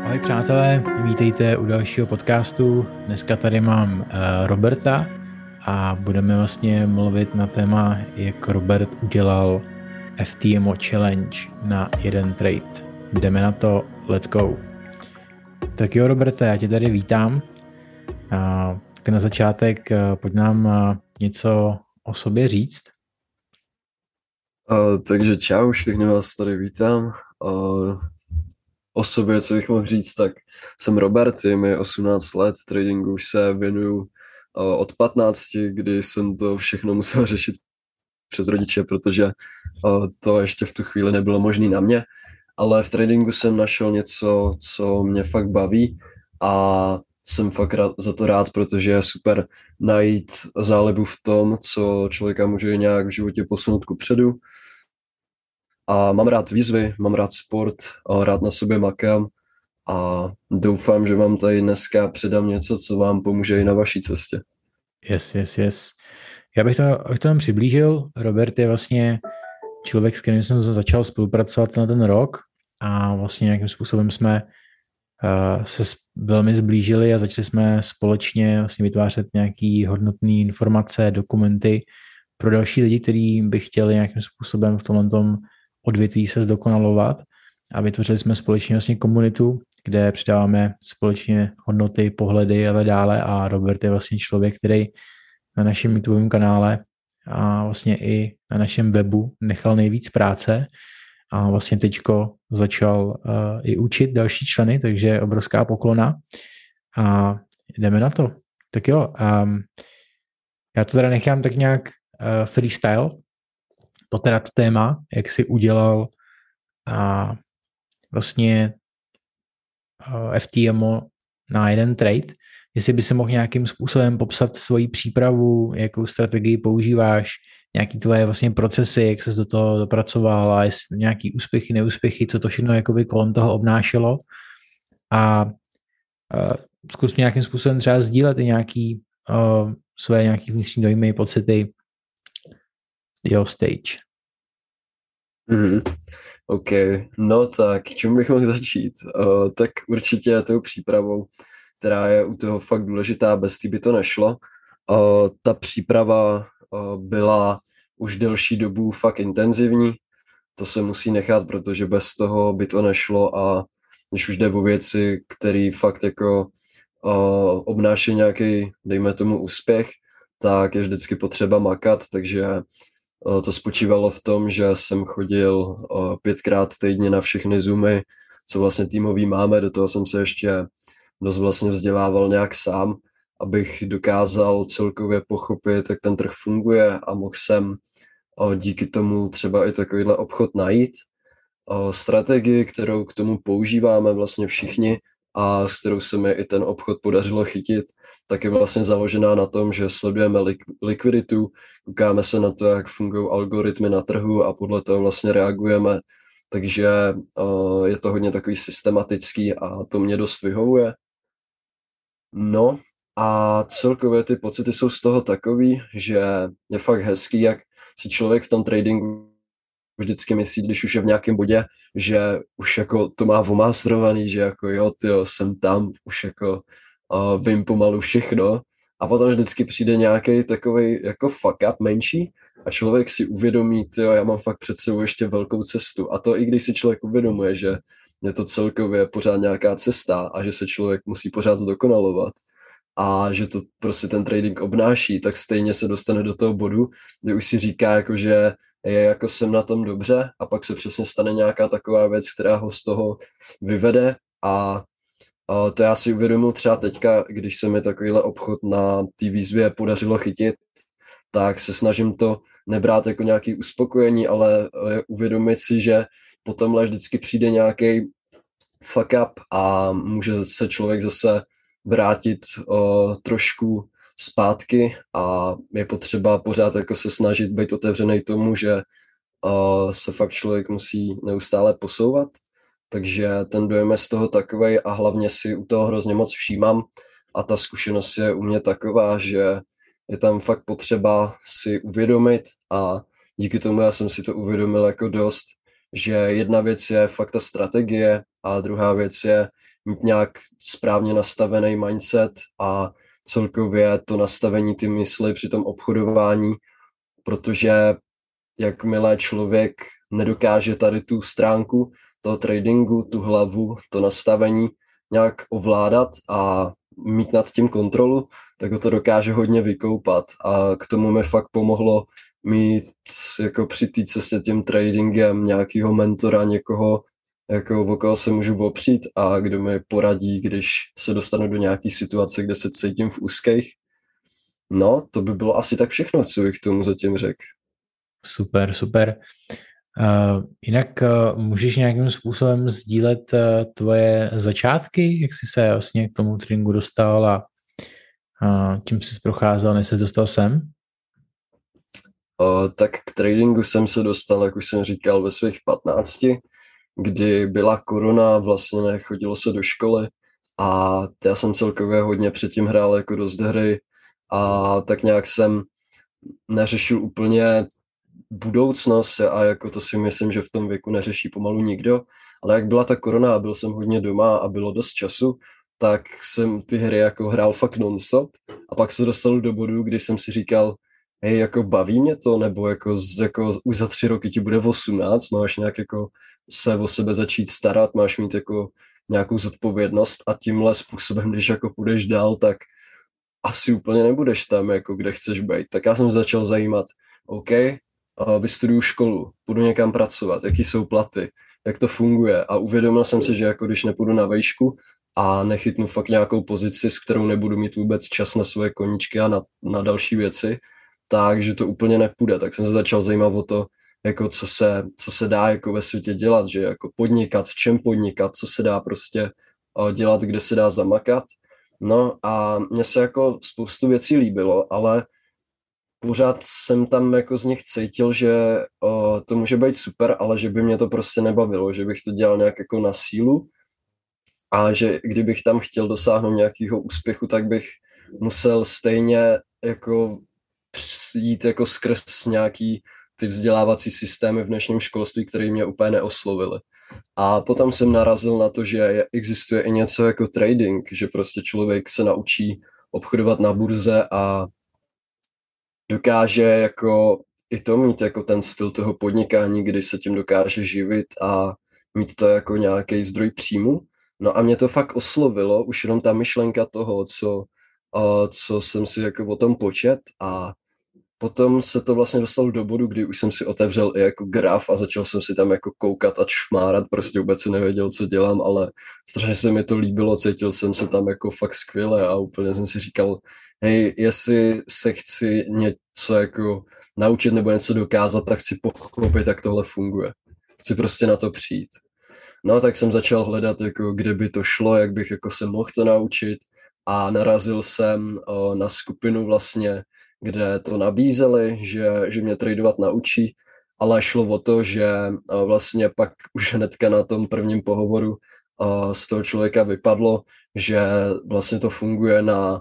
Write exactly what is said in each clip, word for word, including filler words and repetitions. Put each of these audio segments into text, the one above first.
Ahoj přátelé, vítejte u dalšího podcastu. Dneska tady mám uh, Roberta a budeme vlastně mluvit na téma, jak Robert udělal F T M O Challenge na jeden trade. Jdeme na to, let's go. Tak jo, Roberte, já tě tady vítám. Uh, tak na začátek uh, pojď nám uh, něco o sobě říct. Uh, takže čau, všechny vás tady vítám. Uh, o sobě, co bych mohl říct, tak jsem Robert, je mi osmnáct let, tradingu už se věnuju uh, od patnácti, kdy jsem to všechno musel řešit přes rodiče, protože uh, to ještě v tu chvíli nebylo možné na mě, ale v tradingu jsem našel něco, co mě fakt baví a jsem fakt rád, za to rád, protože je super najít zálibu v tom, co člověka může nějak v životě posunout kupředu. A mám rád výzvy, mám rád sport, a rád na sobě makám a doufám, že vám tady dneska předám něco, co vám pomůže i na vaší cestě. Yes, yes, yes. Já bych to, bych to tam přiblížil. Robert je vlastně člověk, s kterým jsem začal spolupracovat na ten rok a vlastně nějakým způsobem jsme uh, se velmi zblížili a začali jsme společně vlastně vytvářet nějaké hodnotné informace, dokumenty pro další lidi, kteří by chtěli nějakým způsobem v tomto odvětví se zdokonalovat a vytvořili jsme společně vlastně komunitu, kde přidáváme společně hodnoty, pohledy a tak dále a Robert je vlastně člověk, který na našem YouTube kanále a vlastně i na našem webu nechal nejvíc práce a vlastně teďko začal uh, i učit další členy, takže obrovská poklona a jdeme na to. Tak jo, um, já to teda nechám tak nějak uh, freestyle, to teda to téma, jak si udělal uh, vlastně uh, F T M O na jeden trade, jestli by se mohl nějakým způsobem popsat svoji přípravu, jakou strategii používáš, nějaký tvoje vlastně procesy, jak ses do toho dopracoval a jestli nějaký úspěchy, neúspěchy, co to všechno jakoby kolem toho obnášelo a uh, zkus nějakým způsobem třeba sdílet i nějaký uh, své nějaký vnitřní dojmy, pocity, your stage. Mm-hmm. OK, no tak, čím bych mohl začít? Uh, tak určitě tou přípravou, která je u toho fakt důležitá, bez té by to nešlo. Uh, ta příprava uh, byla už delší dobu fakt intenzivní, to se musí nechat, protože bez toho by to nešlo a když už jde o věci, které fakt jako uh, obnáší nějaký, dejme tomu, úspěch, tak je vždycky potřeba makat, takže uh, to spočívalo v tom, že jsem chodil uh, pětkrát týdně na všechny Zoomy, co vlastně týmový máme, do toho jsem se ještě dost vlastně vzdělával nějak sám, abych dokázal celkově pochopit, jak ten trh funguje a mohl jsem uh, díky tomu třeba i takovýhle obchod najít. Uh, strategii, kterou k tomu používáme vlastně všichni, a s kterou se mi i ten obchod podařilo chytit, tak je vlastně založená na tom, že sledujeme lik- likviditu, koukáme se na to, jak fungují algoritmy na trhu a podle toho vlastně reagujeme. Takže uh, je to hodně takový systematický a to mě dost vyhovuje. No a celkově ty pocity jsou z toho takový, že je fakt hezký, jak si člověk v tom tradingu vždycky myslí, když už je v nějakém bodě, že už jako to má vomástrovaný, že jako jo, tyjo, jsem tam, už jako uh, vím pomalu všechno a potom vždycky přijde nějaký takovej jako fuck up menší a člověk si uvědomí, tyjo, já mám fakt před sebou ještě velkou cestu a to i když si člověk uvědomuje, že je to celkově pořád nějaká cesta a že se člověk musí pořád zdokonalovat a že to prostě ten trading obnáší, tak stejně se dostane do toho bodu, kdy už si říká, jako, že je jako jsem na tom dobře a pak se přesně stane nějaká taková věc, která ho z toho vyvede a, a to já si uvědomuji třeba teďka, když se mi takovýhle obchod na té výzvě podařilo chytit, tak se snažím to nebrát jako nějaký uspokojení, ale uvědomit si, že potomhle vždycky přijde nějaký fuck up a může se člověk zase vrátit uh, trošku zpátky a je potřeba pořád jako se snažit být otevřený tomu, že uh, se fakt člověk musí neustále posouvat, takže ten dojem je z toho takovej a hlavně si u toho hrozně moc všímám a ta zkušenost je u mě taková, že je tam fakt potřeba si uvědomit a díky tomu já jsem si to uvědomil jako dost, že jedna věc je fakt ta strategie a druhá věc je mít nějak správně nastavený mindset a celkově to nastavení ty mysli při tom obchodování, protože jakmile člověk nedokáže tady tu stránku toho tradingu, tu hlavu, to nastavení nějak ovládat a mít nad tím kontrolu, tak ho to dokáže hodně vykoupat a k tomu mi fakt pomohlo mít jako při té cestě tím tradingem nějakého mentora, někoho, jako o koho se můžu opřít a kdo mi poradí, když se dostanu do nějaké situace, kde se cítím v úzkých. No, to by bylo asi tak všechno, co bych k tomu zatím řekl. Super, super. Uh, jinak uh, můžeš nějakým způsobem sdílet uh, tvoje začátky, jak jsi se vlastně k tomu tradingu dostal a uh, tím jsi procházel, než jsi dostal sem? Uh, tak k tradingu jsem se dostal, jak už jsem říkal, ve svých patnácti, kdy byla korona, vlastně nechodilo se do školy a já jsem celkově hodně předtím hrál jako dost hry a tak nějak jsem neřešil úplně budoucnost a jako to si myslím, že v tom věku neřeší pomalu nikdo, ale jak byla ta korona a byl jsem hodně doma a bylo dost času, tak jsem ty hry jako hrál fakt non-stop a pak se dostal do bodu, kdy jsem si říkal, hej, jako baví mě to, nebo jako, jako už za tři roky ti bude osmnáct, máš nějak jako se o sebe začít starat, máš mít jako nějakou zodpovědnost a tímhle způsobem, když jako půjdeš dál, tak asi úplně nebudeš tam, jako kde chceš být. Tak já jsem začal zajímat, OK, vystuduju školu, půjdu někam pracovat, jaký jsou platy, jak to funguje a uvědomil jsem si, že jako když nepůjdu na vejšku a nechytnu fakt nějakou pozici, s kterou nebudu mít vůbec čas na svoje koníčky a na, na další věci, takže to úplně nepůjde. Tak jsem se začal zajímat o to, jako co se, co se dá jako ve světě dělat, že jako podnikat, v čem podnikat, co se dá prostě dělat, kde se dá zamakat. No a mně se jako spoustu věcí líbilo, ale pořád jsem tam jako z nich cítil, že o, to může být super, ale že by mě to prostě nebavilo, že bych to dělal nějak jako na sílu a že kdybych tam chtěl dosáhnout nějakého úspěchu, tak bych musel stejně jako jít jako skrz nějaký ty vzdělávací systémy v dnešním školství, které mě úplně neoslovily. A potom jsem narazil na to, že existuje i něco jako trading, že prostě člověk se naučí obchodovat na burze a dokáže jako i to mít jako ten styl toho podnikání, kdy se tím dokáže živit a mít to jako nějaký zdroj příjmu. No a mě to fakt oslovilo, už jenom ta myšlenka toho, co, co jsem si jako o tom počet a potom se to vlastně dostalo do bodu, kdy už jsem si otevřel i jako graf a začal jsem si tam jako koukat a čmárat, prostě vůbec si nevěděl, co dělám, ale strašně se mi to líbilo, cítil jsem se tam jako fakt skvěle a úplně jsem si říkal, hej, jestli se chci něco jako naučit nebo něco dokázat, tak chci pochopit, jak tohle funguje. Chci prostě na to přijít. No tak jsem začal hledat, jako, kde by to šlo, jak bych jako se mohl to naučit a narazil jsem o, na skupinu vlastně, kde to nabízeli, že, že mě tradovat naučí, ale šlo o to, že o, vlastně pak už hnedka na tom prvním pohovoru o, z toho člověka vypadlo, že vlastně to funguje na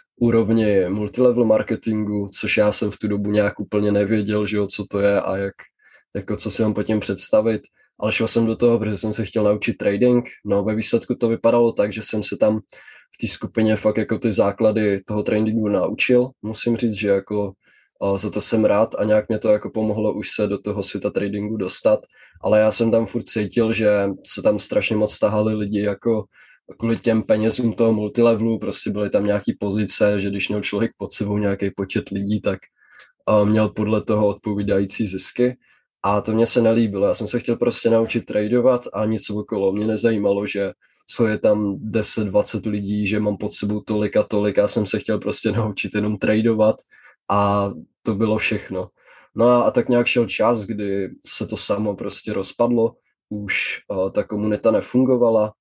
úrovni multilevel marketingu, což já jsem v tu dobu nějak úplně nevěděl, že jo, co to je a jak, jako co si mám pod tím představit. Ale šel jsem do toho, protože jsem se chtěl naučit trading. No ve výsledku to vypadalo tak, že jsem se tam v té skupině fakt jako ty základy toho tradingu naučil. Musím říct, že jako o, za to jsem rád a nějak mě to jako pomohlo už se do toho světa tradingu dostat. Ale já jsem tam furt cítil, že se tam strašně moc tahali lidi jako kvůli těm penězům toho multilevelu, prostě byly tam nějaký pozice, že když měl člověk pod sebou nějaký počet lidí, tak o, měl podle toho odpovídající zisky. A to mě se nelíbilo. Já jsem se chtěl prostě naučit tradovat a nic okolo. Mě nezajímalo, že co je tam deset dvacet lidí, že mám pod sebou tolik a tolik. Já jsem se chtěl prostě naučit jenom tradovat a to bylo všechno. No a, a tak nějak šel čas, kdy se to samo prostě rozpadlo. Už uh, ta komunita nefungovala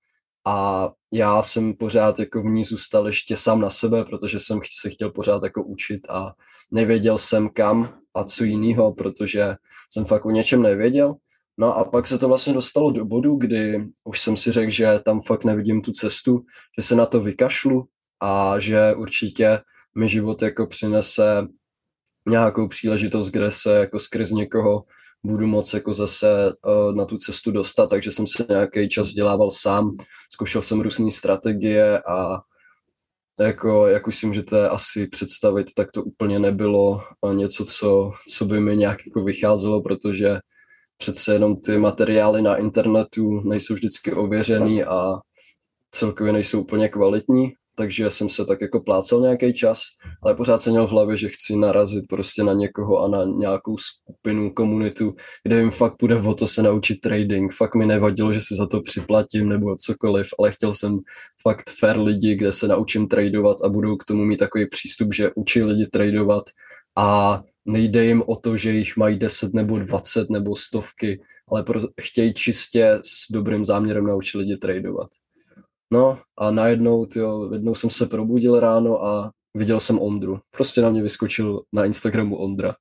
a já jsem pořád jako v ní zůstal ještě sám na sebe, protože jsem se chtěl pořád jako učit a nevěděl jsem kam a co jinýho, protože jsem fakt o něčem nevěděl. No a pak se to vlastně dostalo do bodu, kdy už jsem si řekl, že tam fakt nevidím tu cestu, že se na to vykašlu a že určitě mi život jako přinese nějakou příležitost, kde se jako skrz někoho budu moc jako zase uh, na tu cestu dostat, takže jsem se nějaký čas vzdělával sám, zkoušel jsem různé strategie a jako, jak už si můžete asi představit, tak to úplně nebylo něco, co, co by mi nějak jako vycházelo, protože přece jenom ty materiály na internetu nejsou vždycky ověřený a celkově nejsou úplně kvalitní, takže jsem se tak jako plácal nějaký čas, ale pořád jsem měl v hlavě, že chci narazit prostě na někoho a na nějakou skupinu, komunitu, kde jim fakt půjde o to se naučit trading. Fakt mi nevadilo, že si za to připlatím nebo cokoliv, ale chtěl jsem fakt fair lidi, kde se naučím tradovat a budou k tomu mít takový přístup, že učí lidi tradovat a nejde jim o to, že jich mají deset nebo dvacet nebo stovky, ale pro, chtějí čistě s dobrým záměrem naučit lidi tradovat. No a najednou, tyjo, jednou jsem se probudil ráno a viděl jsem Ondru. Prostě na mě vyskočil na Instagramu Ondra.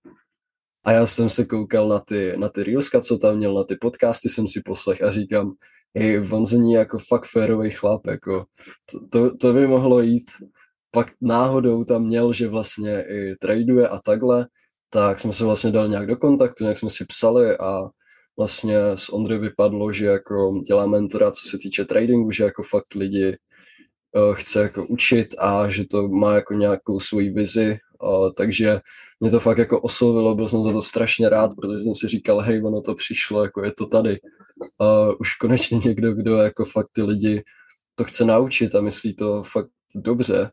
A já jsem se koukal na ty, na ty reelska, co tam měl, na ty podcasty jsem si poslech a říkám, hej, on zní jako fakt férovej chlap, jako to, to, to by mohlo jít. Pak náhodou tam měl, že vlastně i traduje a takhle, tak jsme se vlastně dali nějak do kontaktu, nějak jsme si psali a vlastně z Ondry vypadlo, že jako dělá mentora, co se týče tradingu, že jako fakt lidi uh, chce jako učit a že to má jako nějakou svoji vizi, uh, takže mě to fakt jako oslovilo, byl jsem za to strašně rád, protože jsem si říkal, hej, ono to přišlo, jako je to tady. Uh, už konečně někdo, kdo jako fakt ty lidi to chce naučit a myslí to fakt dobře.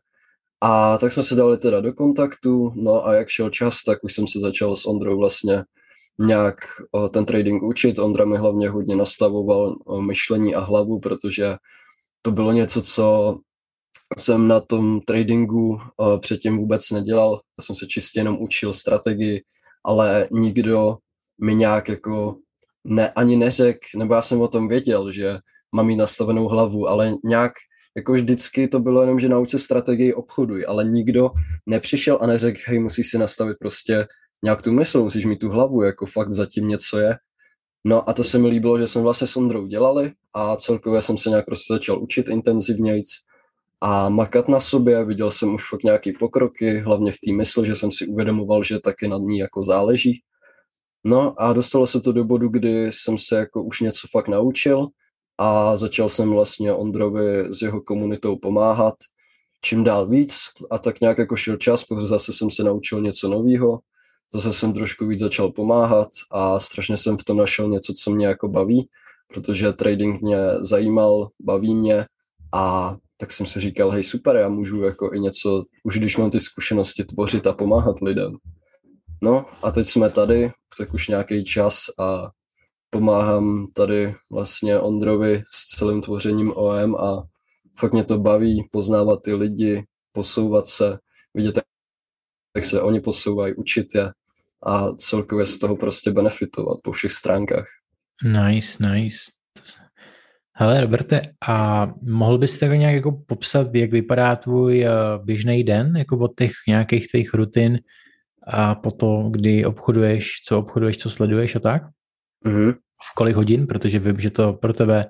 A tak jsme se dali teda do kontaktu, no a jak šel čas, tak už jsem se začal s Ondrou vlastně nějak o, ten trading učit. Ondra mi hlavně hodně nastavoval o, myšlení a hlavu, protože to bylo něco, co jsem na tom tradingu o, předtím vůbec nedělal. Já jsem se čistě jenom učil strategii, ale nikdo mi nějak jako ne, ani neřekl, nebo já jsem o tom věděl, že mám mít nastavenou hlavu, ale nějak jako vždycky to bylo jenom, že nauč se strategii obchoduj, ale nikdo nepřišel a neřekl, hej, musíš si nastavit prostě nějak tu mysl, musíš mít tu hlavu, jako fakt zatím něco je. No a to se mi líbilo, že jsme vlastně s Ondrou dělali a celkově jsem se nějak prostě začal učit intenzivnějc a makat na sobě, viděl jsem už fakt nějaký pokroky, hlavně v té mysli, že jsem si uvědomoval, že taky nad ní jako záleží. No a dostalo se to do bodu, kdy jsem se jako už něco fakt naučil a začal jsem vlastně Ondrovi s jeho komunitou pomáhat čím dál víc a tak nějak jako šel čas, protože zase jsem se naučil něco nového, zase jsem trošku víc začal pomáhat a strašně jsem v tom našel něco, co mě jako baví, protože trading mě zajímal, baví mě a tak jsem si říkal, hej super, já můžu jako i něco, už když mám ty zkušenosti, tvořit a pomáhat lidem. No a teď jsme tady, tak už nějaký čas a pomáhám tady vlastně Ondrovi s celým tvořením O M a fakt mě to baví poznávat ty lidi, posouvat se, vidět, jak se oni posouvají, učit je a celkově z toho prostě benefitovat po všech stránkách. Nice, nice. Hele, Roberte, a mohl bys tak nějak jako popsat, jak vypadá tvůj běžný den, jako od těch nějakých tvých rutin a po to, kdy obchoduješ, co obchoduješ, co sleduješ a tak? Mm-hmm. V kolik hodin, protože vím, že to pro tebe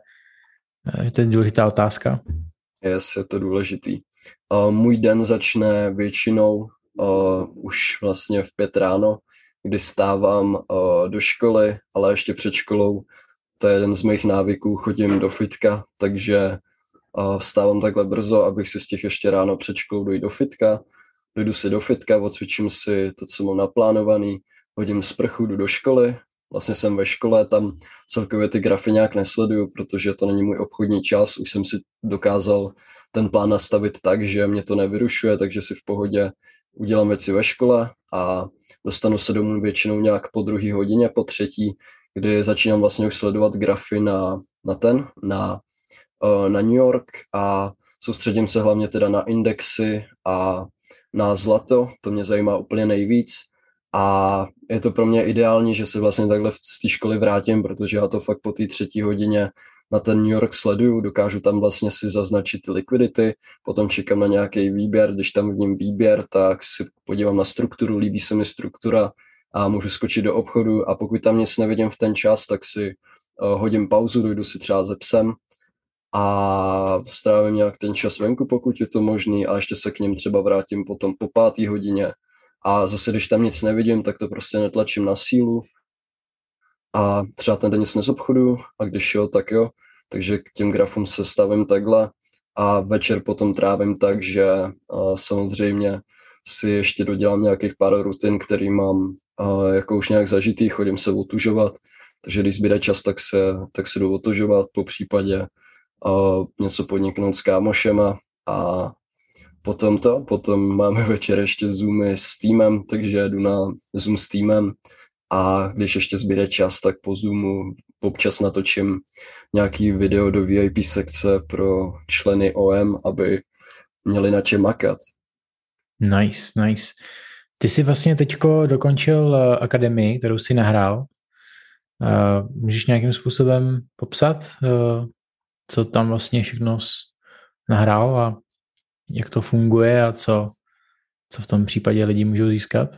je to důležitá otázka. Yes, je to důležitý. Uh, můj den začne většinou uh, už vlastně v pět ráno, kdy stávám uh, do školy, ale ještě před školou. To je jeden z mých návyků, chodím do fitka, takže uh, vstávám takhle brzo, abych si stihl ještě ráno před školou dojít do fitka. Dojdu si do fitka, odcvičím si to, co mám naplánovaný, hodím sprchu, jdu do školy. Vlastně jsem ve škole, tam celkově ty grafy nějak nesleduju, protože to není můj obchodní čas. Už jsem si dokázal ten plán nastavit tak, že mě to nevyrušuje, takže si v pohodě udělám věci ve škole a dostanu se domů většinou nějak po druhé hodině, po třetí, kdy začínám vlastně už sledovat grafy na, na ten, na, na New York a soustředím se hlavně teda na indexy a na zlato, to mě zajímá úplně nejvíc. A je to pro mě ideální, že se vlastně takhle z té školy vrátím, protože já to fakt po té třetí hodině na ten New York sleduju, dokážu tam vlastně si zaznačit ty likvidity, potom čekám na nějaký výběr, když tam vidím výběr, tak si podívám na strukturu, líbí se mi struktura a můžu skočit do obchodu a pokud tam nic nevidím v ten čas, tak si uh, hodím pauzu, dojdu si třeba ze psem a strávím nějak ten čas venku, pokud je to možný a ještě se k něm třeba vrátím potom po páté hodině. A zase, když tam nic nevidím, tak to prostě netlačím na sílu a třeba ten den nic nezobchodu a když jo, tak jo. Takže k těm grafům se stavím takhle a večer potom trávím tak, že uh, samozřejmě si ještě dodělám nějakých pár rutin, který mám uh, jako už nějak zažitý, chodím se otužovat, takže když zbyde čas, tak se, tak se jdu otužovat, po případě uh, něco podniknout s kámošema a potom to, potom máme večer ještě Zoomy s týmem, takže jdu na Zoom s týmem a když ještě zbyde čas, tak po Zoomu občas natočím nějaký video do V I P sekce pro členy O M, aby měli na čem makat. Nice, nice. Ty jsi vlastně teďko dokončil uh, akademii, kterou jsi nahrál. Uh, můžeš nějakým způsobem popsat, uh, co tam vlastně všechno nahrál a jak to funguje a co, co v tom případě lidi můžou získat?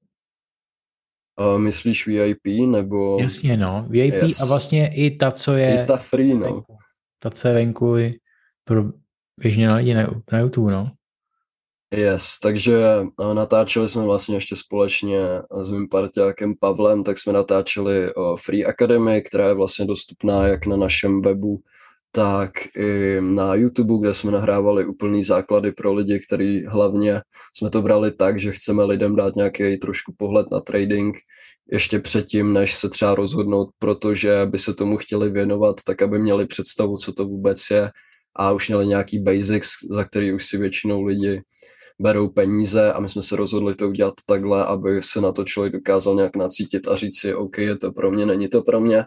Uh, myslíš V I P nebo... Jasně, no. V I P yes. A vlastně i ta, co je... I ta free, no. Venku. Ta, co je venku i pro běžně lidi na, na YouTube, no. Yes, takže natáčeli jsme vlastně ještě společně s mým parťákem Pavlem, tak jsme natáčeli Free Academy, která je vlastně dostupná jak na našem webu, tak i na YouTube, kde jsme nahrávali úplný základy pro lidi, který hlavně jsme to brali tak, že chceme lidem dát nějaký trošku pohled na trading, ještě předtím, než se třeba rozhodnout, protože by se tomu chtěli věnovat, tak aby měli představu, co to vůbec je a už měli nějaký basics, za který už si většinou lidi berou peníze a my jsme se rozhodli to udělat takhle, aby se na to člověk dokázal nějak nacítit a říct si, OK, je to pro mě, není to pro mě.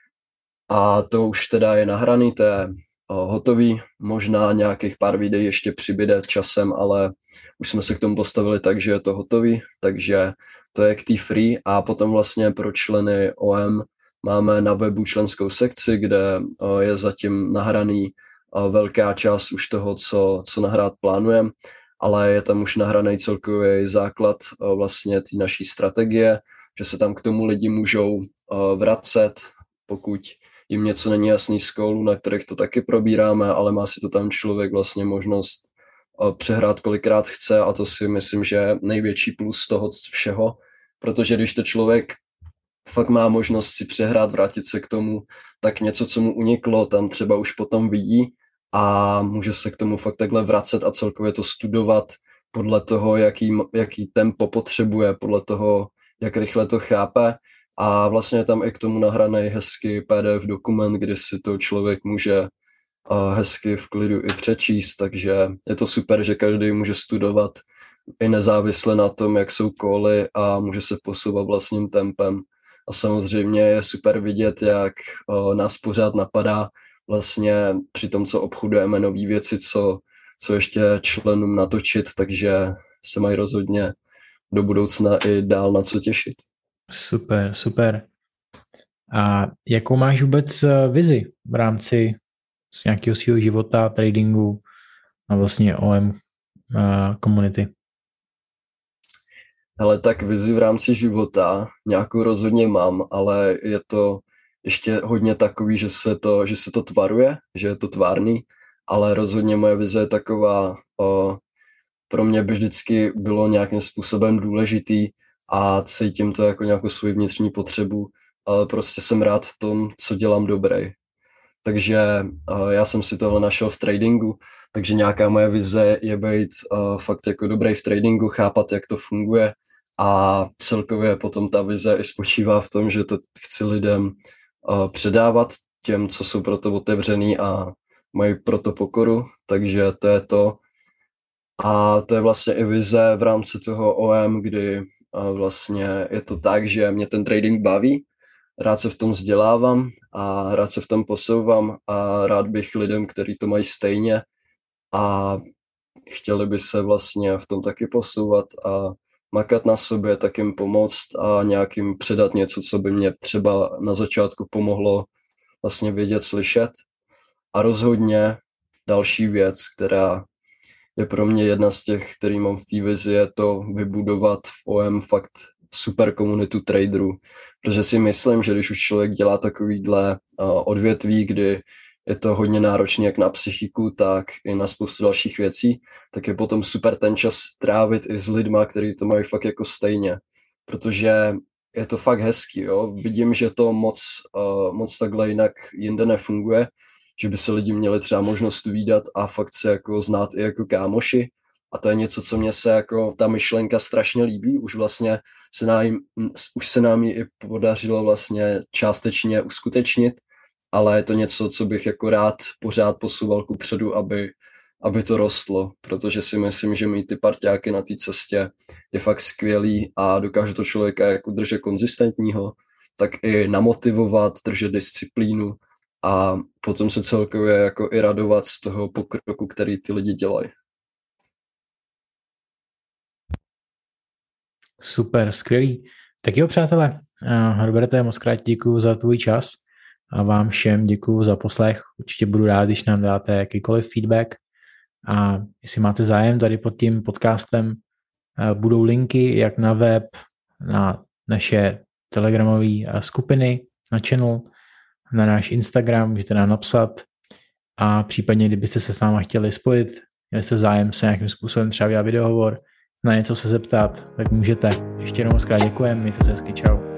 A to už teda je nahraný, to je hotový, možná nějakých pár videí ještě přibyde časem, ale už jsme se k tomu postavili tak, že je to hotový, takže to je k té free a potom vlastně pro členy O M máme na webu členskou sekci, kde je zatím nahraný velká část už toho, co, co nahrát plánujeme, ale je tam už nahraný celkový základ vlastně té naší strategie, že se tam k tomu lidi můžou vracet, pokud jim něco není jasný z kolů, na kterých to taky probíráme, ale má si to tam člověk vlastně možnost přehrát kolikrát chce a to si myslím, že je největší plus toho všeho, protože když to člověk fakt má možnost si přehrát, vrátit se k tomu, tak něco, co mu uniklo, tam třeba už potom vidí a může se k tomu fakt takhle vracet a celkově to studovat podle toho, jaký, jaký tempo potřebuje, podle toho, jak rychle to chápe. A vlastně je tam i k tomu nahraný hezký P D F dokument, kdy si to člověk může uh, hezky v klidu i přečíst, takže je to super, že každý může studovat i nezávisle na tom, jak jsou koly a může se posouvat vlastním tempem. A samozřejmě je super vidět, jak uh, nás pořád napadá vlastně při tom, co obchodujeme nové věci, co, co ještě členům natočit, takže se mají rozhodně do budoucna i dál na co těšit. Super, super. A jakou máš vůbec vizi v rámci nějakého svého života, tradingu a vlastně O M komunity? Hele, tak vizi v rámci života nějakou rozhodně mám, ale je to ještě hodně takový, že se to, že se to tvaruje, že je to tvárný, ale rozhodně moje vize je taková, o, pro mě by vždycky bylo nějakým způsobem důležitý a cítím to jako nějakou svou vnitřní potřebu, ale prostě jsem rád v tom, co dělám dobrý. Takže uh, já jsem si tohle našel v tradingu, takže nějaká moje vize je být uh, fakt jako dobrý v tradingu, chápat, jak to funguje a celkově potom ta vize i spočívá v tom, že to chci lidem uh, předávat těm, co jsou pro to otevřený a mají pro to pokoru, takže to je to. A to je vlastně i vize v rámci toho O M, kdy uh, vlastně je to tak, že mě ten trading baví, rád se v tom vzdělávám a rád se v tom posouvám a rád bych lidem, kteří to mají stejně a chtěli by se vlastně v tom taky posouvat a makat na sobě, tak jim pomoct a nějakým předat něco, co by mě třeba na začátku pomohlo vlastně vědět, slyšet. A rozhodně další věc, která je pro mě jedna z těch, který mám v té vizi, je to vybudovat v O M fakt super komunitu traderů, protože si myslím, že když už člověk dělá takovýhle uh, odvětví, kdy je to hodně náročné jak na psychiku, tak i na spoustu dalších věcí, tak je potom super ten čas trávit i s lidma, kteří to mají fakt jako stejně, protože je to fakt hezký, jo. Vidím, že to moc, uh, moc takhle jinak jinde nefunguje, že by se lidi měli třeba možnost vídat a fakt se jako znát i jako kámoši. A to je něco, co mě se jako ta myšlenka strašně líbí. Už vlastně se nám, už se nám ji i podařilo vlastně částečně uskutečnit, ale je to něco, co bych jako rád pořád posouval kupředu, aby, aby to rostlo, protože si myslím, že mít ty parťáky na té cestě je fakt skvělý a dokáže to člověka jako držet konzistentního, tak i namotivovat, držet disciplínu a potom se celkově jako i radovat z toho pokroku, který ty lidi dělají. Super, skvělý. Tak jo, přátelé, Roberte, moc krát děkuju za tvůj čas a vám všem děkuju za poslech. Určitě budu rád, když nám dáte jakýkoliv feedback a jestli máte zájem, tady pod tím podcastem budou linky jak na web, na naše telegramové skupiny, na channel, na náš Instagram, můžete nám napsat a případně, kdybyste se s náma chtěli spojit, měli jste zájem se nějakým způsobem třeba dělat videohovor, na něco se zeptat, tak můžete. Ještě jednou moc krát děkujem, mějte se hezky, čau.